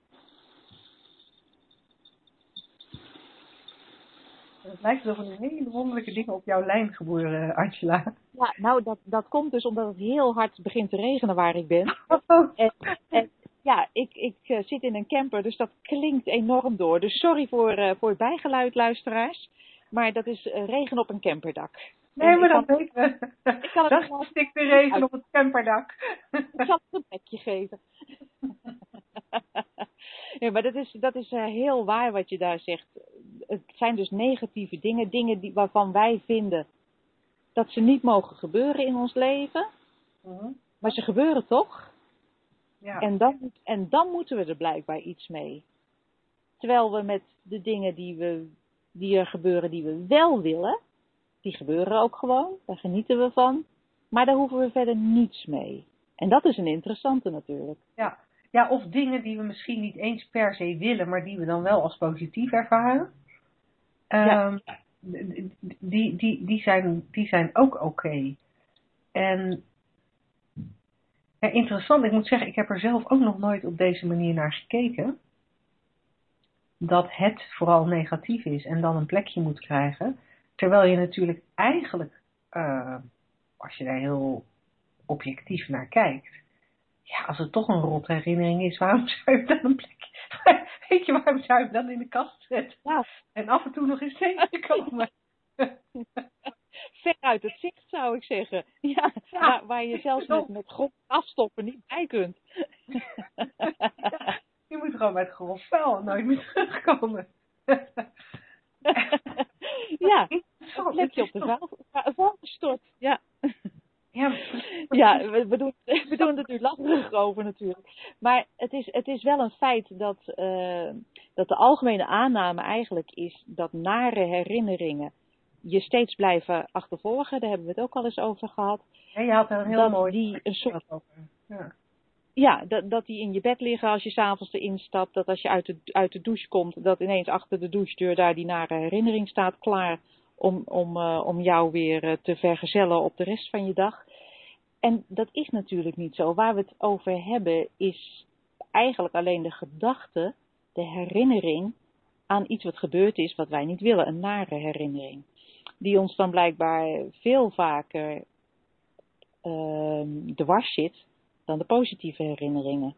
Het lijkt alsof er hele wonderlijke dingen op jouw lijn gebeuren, Angela. Ja, nou dat komt dus omdat het heel hard begint te regenen waar ik ben. En ja, ik zit in een camper, dus dat klinkt enorm door. Dus sorry voor het bijgeluid, luisteraars. Maar dat is regen op een camperdak. Nee, maar dat weten we. Ik kan het dat stikt de regen op het camperdak. Ik zal het een plekje geven. Ja, maar dat is heel waar wat je daar zegt. Het zijn dus negatieve dingen waarvan wij vinden dat ze niet mogen gebeuren in ons leven. Mm-hmm. Maar ze gebeuren toch. Ja. En dan moeten we er blijkbaar iets mee. Terwijl we met de dingen die er gebeuren die we wel willen, die gebeuren ook gewoon. Daar genieten we van. Maar daar hoeven we verder niets mee. En dat is een interessante natuurlijk. Ja, of dingen die we misschien niet eens per se willen, maar die we dan wel als positief ervaren. Die zijn ook oké. En ja, interessant, ik moet zeggen, ik heb er zelf ook nog nooit op deze manier naar gekeken. Dat het vooral negatief is en dan een plekje moet krijgen. Terwijl je natuurlijk eigenlijk, als je daar heel objectief naar kijkt. Ja, als het toch een rot herinnering is, waarom zou je dan een plekje... Weet je, waarom zou je dan in de kast zetten? Ja. En af en toe nog eens tegenkomen. Ver uit het zicht, zou ik zeggen. Ja, waar je zelfs met grond afstoppen niet bij kunt. Ja, je moet gewoon met grof vuil nooit meer terugkomen. Ja, een plekje op de vuil gestort. Ja. Ja, we doen het nu lacherig over natuurlijk. Maar het is wel een feit dat de algemene aanname eigenlijk is dat nare herinneringen je steeds blijven achtervolgen. Daar hebben we het ook al eens over gehad. Ja, je had er een heel mooi die een soort over. Ja, dat die in je bed liggen als je 's avonds erin stapt. Dat als je uit de douche komt, dat ineens achter de douchedeur daar die nare herinnering staat klaar om jou weer te vergezellen op de rest van je dag. En dat is natuurlijk niet zo. Waar we het over hebben is eigenlijk alleen de gedachte, de herinnering aan iets wat gebeurd is wat wij niet willen. Een nare herinnering. Die ons dan blijkbaar veel vaker dwars zit dan de positieve herinneringen.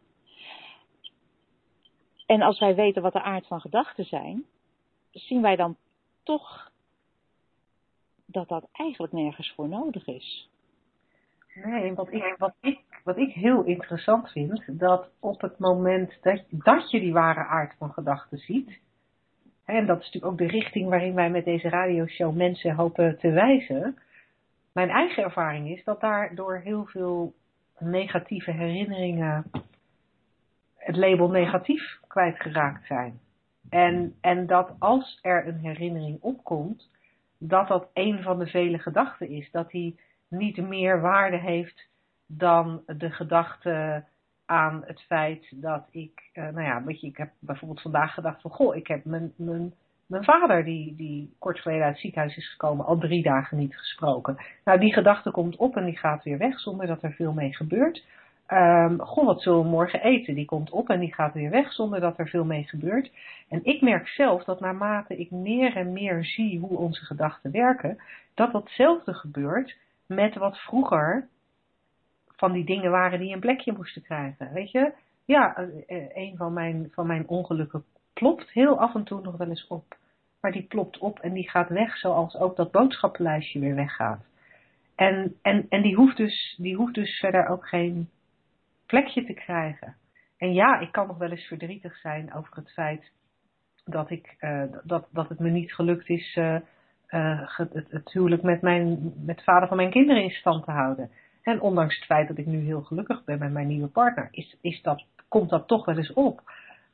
En als wij weten wat de aard van gedachten zijn, zien wij dan toch dat eigenlijk nergens voor nodig is. Nee, wat ik heel interessant vind, dat op het moment dat je die ware aard van gedachten ziet, en dat is natuurlijk ook de richting waarin wij met deze radioshow mensen hopen te wijzen, mijn eigen ervaring is dat daardoor heel veel negatieve herinneringen het label negatief kwijtgeraakt zijn. En dat als er een herinnering opkomt, dat een van de vele gedachten is. Dat die niet meer waarde heeft dan de gedachte aan het feit dat ik... ik heb bijvoorbeeld vandaag gedacht van... Goh, ik heb mijn vader die kort geleden uit het ziekenhuis is gekomen al 3 dagen niet gesproken. Nou, die gedachte komt op en die gaat weer weg zonder dat er veel mee gebeurt. Goh, wat zullen we morgen eten? Die komt op en die gaat weer weg zonder dat er veel mee gebeurt. En ik merk zelf dat naarmate ik meer en meer zie hoe onze gedachten werken, dat datzelfde gebeurt met wat vroeger van die dingen waren die een plekje moesten krijgen. Weet je? Ja, een van mijn ongelukken plopt heel af en toe nog wel eens op. Maar die plopt op en die gaat weg zoals ook dat boodschappenlijstje weer weggaat. En die hoeft dus verder ook geen plekje te krijgen. En ja, ik kan nog wel eens verdrietig zijn over het feit dat dat het me niet gelukt is het huwelijk met de vader van mijn kinderen in stand te houden. En ondanks het feit dat ik nu heel gelukkig ben met mijn nieuwe partner, komt dat toch wel eens op.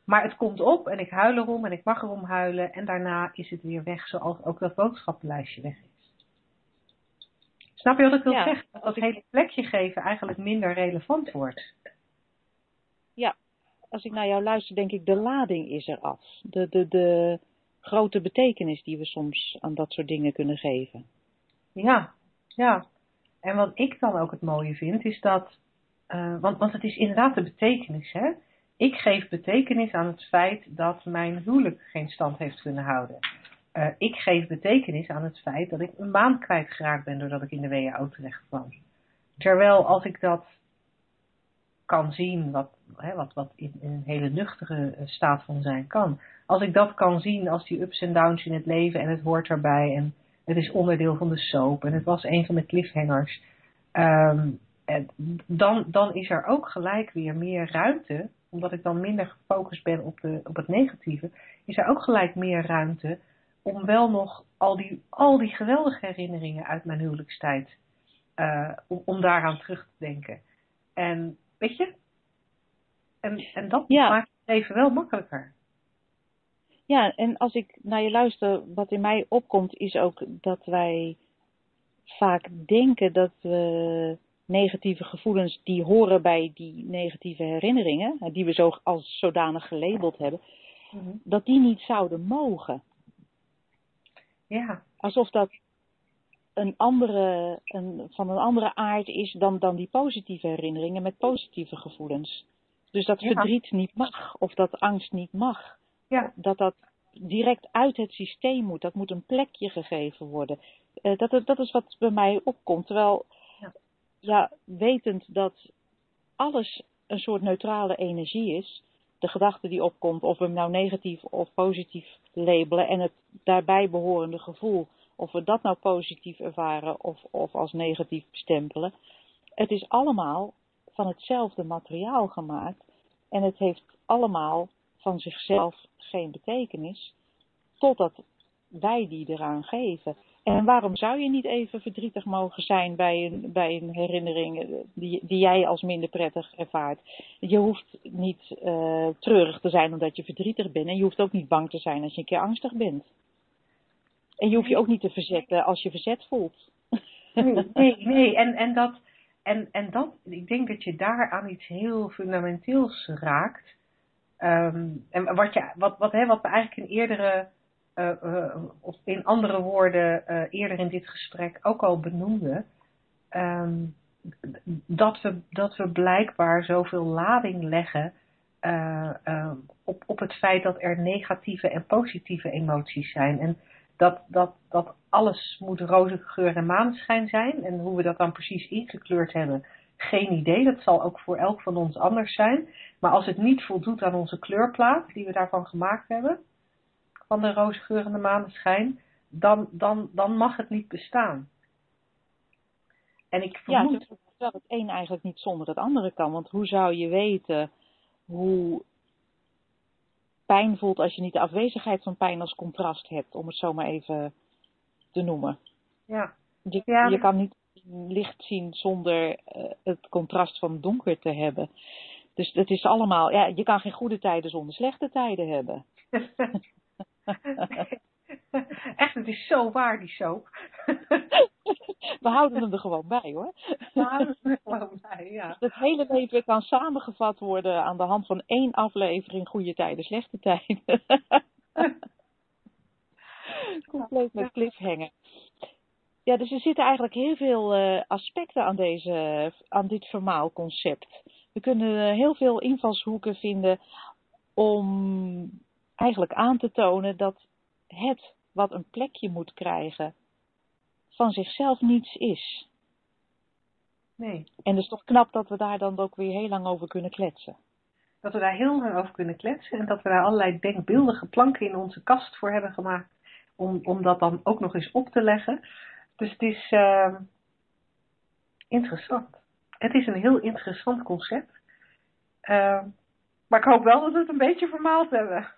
Maar het komt op en ik huil erom en ik mag erom huilen. En daarna is het weer weg, zoals ook dat boodschappenlijstje weg is. Snap je wat ik wil zeggen? Dat dat hele plekje geven eigenlijk minder relevant wordt. Ja, als ik naar jou luister, denk ik, de lading is er af. De grote betekenis die we soms aan dat soort dingen kunnen geven. Ja. En wat ik dan ook het mooie vind, is dat... want het is inderdaad de betekenis, hè? Ik geef betekenis aan het feit dat mijn huwelijk geen stand heeft kunnen houden. Ik geef betekenis aan het feit dat ik een baan kwijtgeraakt ben doordat ik in de WHO terecht kwam. Terwijl als ik dat kan zien, wat in een hele nuchtere staat van zijn kan. Als ik dat kan zien als die ups en downs in het leven en het hoort erbij en het is onderdeel van de soap en het was een van de cliffhangers. Dan is er ook gelijk weer meer ruimte, omdat ik dan minder gefocust ben op het negatieve, is er ook gelijk meer ruimte om wel nog al die geweldige herinneringen uit mijn huwelijkstijd, om daaraan terug te denken. En weet je, en dat maakt het leven wel makkelijker. Ja, en als ik naar je luister, wat in mij opkomt is ook dat wij vaak denken dat we negatieve gevoelens die horen bij die negatieve herinneringen, die we zo als zodanig gelabeld hebben, dat die niet zouden mogen. Ja. Alsof dat van een andere aard is dan die positieve herinneringen met positieve gevoelens. Dus dat verdriet niet mag, of dat angst niet mag. Ja. Dat direct uit het systeem moet. Dat moet een plekje gegeven worden. Dat is wat bij mij opkomt. Terwijl, wetend dat alles een soort neutrale energie is, de gedachte die opkomt, of we hem nou negatief of positief labelen, en het daarbij behorende gevoel, of we dat nou positief ervaren of als negatief bestempelen. Het is allemaal van hetzelfde materiaal gemaakt en het heeft allemaal van zichzelf geen betekenis, totdat wij die eraan geven. En waarom zou je niet even verdrietig mogen zijn bij een herinnering die jij als minder prettig ervaart? Je hoeft niet treurig te zijn omdat je verdrietig bent en je hoeft ook niet bang te zijn als je een keer angstig bent. En je hoeft je ook niet te verzetten als je verzet voelt. Nee. En dat, ik denk dat je daar aan iets heel fundamenteels raakt. En wat we eigenlijk in eerdere, of in andere woorden, eerder in dit gesprek ook al benoemden. Dat we blijkbaar zoveel lading leggen op het feit dat er negatieve en positieve emoties zijn. En dat alles moet roze geur en maneschijn zijn. En hoe we dat dan precies ingekleurd hebben, geen idee. Dat zal ook voor elk van ons anders zijn. Maar als het niet voldoet aan onze kleurplaat, die we daarvan gemaakt hebben, van de roze geur en de maneschijn, dan mag het niet bestaan. En ik vermoed... Ja, terwijl het een eigenlijk niet zonder het andere kan. Want hoe zou je weten hoe pijn voelt als je niet de afwezigheid van pijn als contrast hebt, om het zo maar even te noemen. Ja. Je kan niet licht zien zonder het contrast van donker te hebben. Dus het is allemaal, je kan geen goede tijden zonder slechte tijden hebben. Echt, het is zo waar, die soap. We houden hem er gewoon bij, hoor. We houden hem er gewoon bij, ja. Het hele leven kan samengevat worden aan de hand van 1 aflevering goede tijden, slechte tijden. Compleet met cliffhanger. Ja, dus er zitten eigenlijk heel veel aspecten aan dit vermaalconcept. We kunnen heel veel invalshoeken vinden om eigenlijk aan te tonen dat het wat een plekje moet krijgen van zichzelf niets is. Nee. En het is toch knap dat we daar dan ook weer heel lang over kunnen kletsen. Dat we daar heel lang over kunnen kletsen en dat we daar allerlei denkbeeldige planken in onze kast voor hebben gemaakt om dat dan ook nog eens op te leggen. Dus het is interessant. Het is een heel interessant concept. Maar ik hoop wel dat we het een beetje vermaald hebben.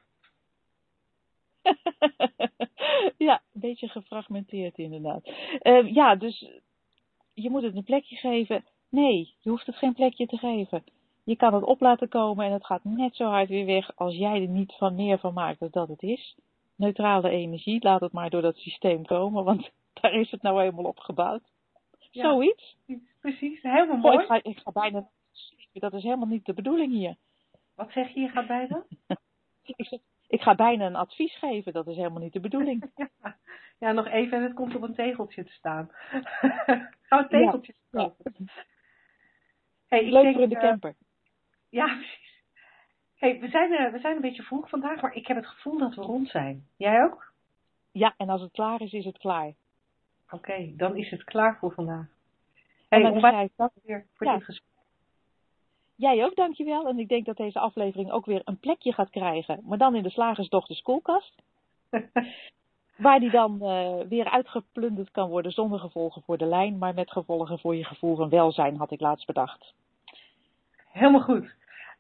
Ja, een beetje gefragmenteerd inderdaad. Dus je moet het een plekje geven. Nee, je hoeft het geen plekje te geven. Je kan het op laten komen en het gaat net zo hard weer weg als jij er niet van meer van maakt dan dat het is. Neutrale energie, laat het maar door dat systeem komen, want daar is het nou eenmaal op gebouwd. Ja, Zoiets. precies, helemaal Oh, mooi. ik ga bijna... Dat is helemaal niet de bedoeling hier. Wat zeg je gaat bijna? Ik ga bijna een advies geven, dat is helemaal niet de bedoeling. Ja, nog even en het komt op een tegeltje te staan. Gaan we tegeltjes kopen? Ja. Hey, Leuk voor in de camper. Ja, precies. Hey, we zijn een beetje vroeg vandaag, maar ik heb het gevoel dat we rond zijn. Jij ook? Ja, en als het klaar is, is het klaar. Oké, dan is het klaar voor vandaag. En Hey, dan ga ik dank weer voor dit gesprek. Jij ook, dankjewel. En ik denk dat deze aflevering ook weer een plekje gaat krijgen. Maar dan in de Slagersdochters koelkast. Waar die dan weer uitgeplunderd kan worden zonder gevolgen voor de lijn. Maar met gevolgen voor je gevoel van welzijn, had ik laatst bedacht. Helemaal goed.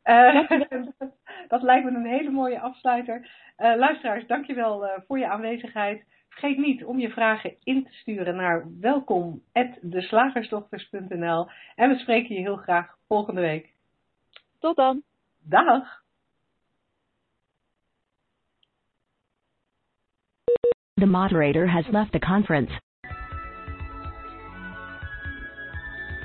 Dat lijkt me een hele mooie afsluiter. Luisteraars, dankjewel voor je aanwezigheid. Vergeet niet om je vragen in te sturen naar welkom@deslagersdochters.nl. En we spreken je heel graag volgende week. Tot dan. Dag. The moderator has left the conference.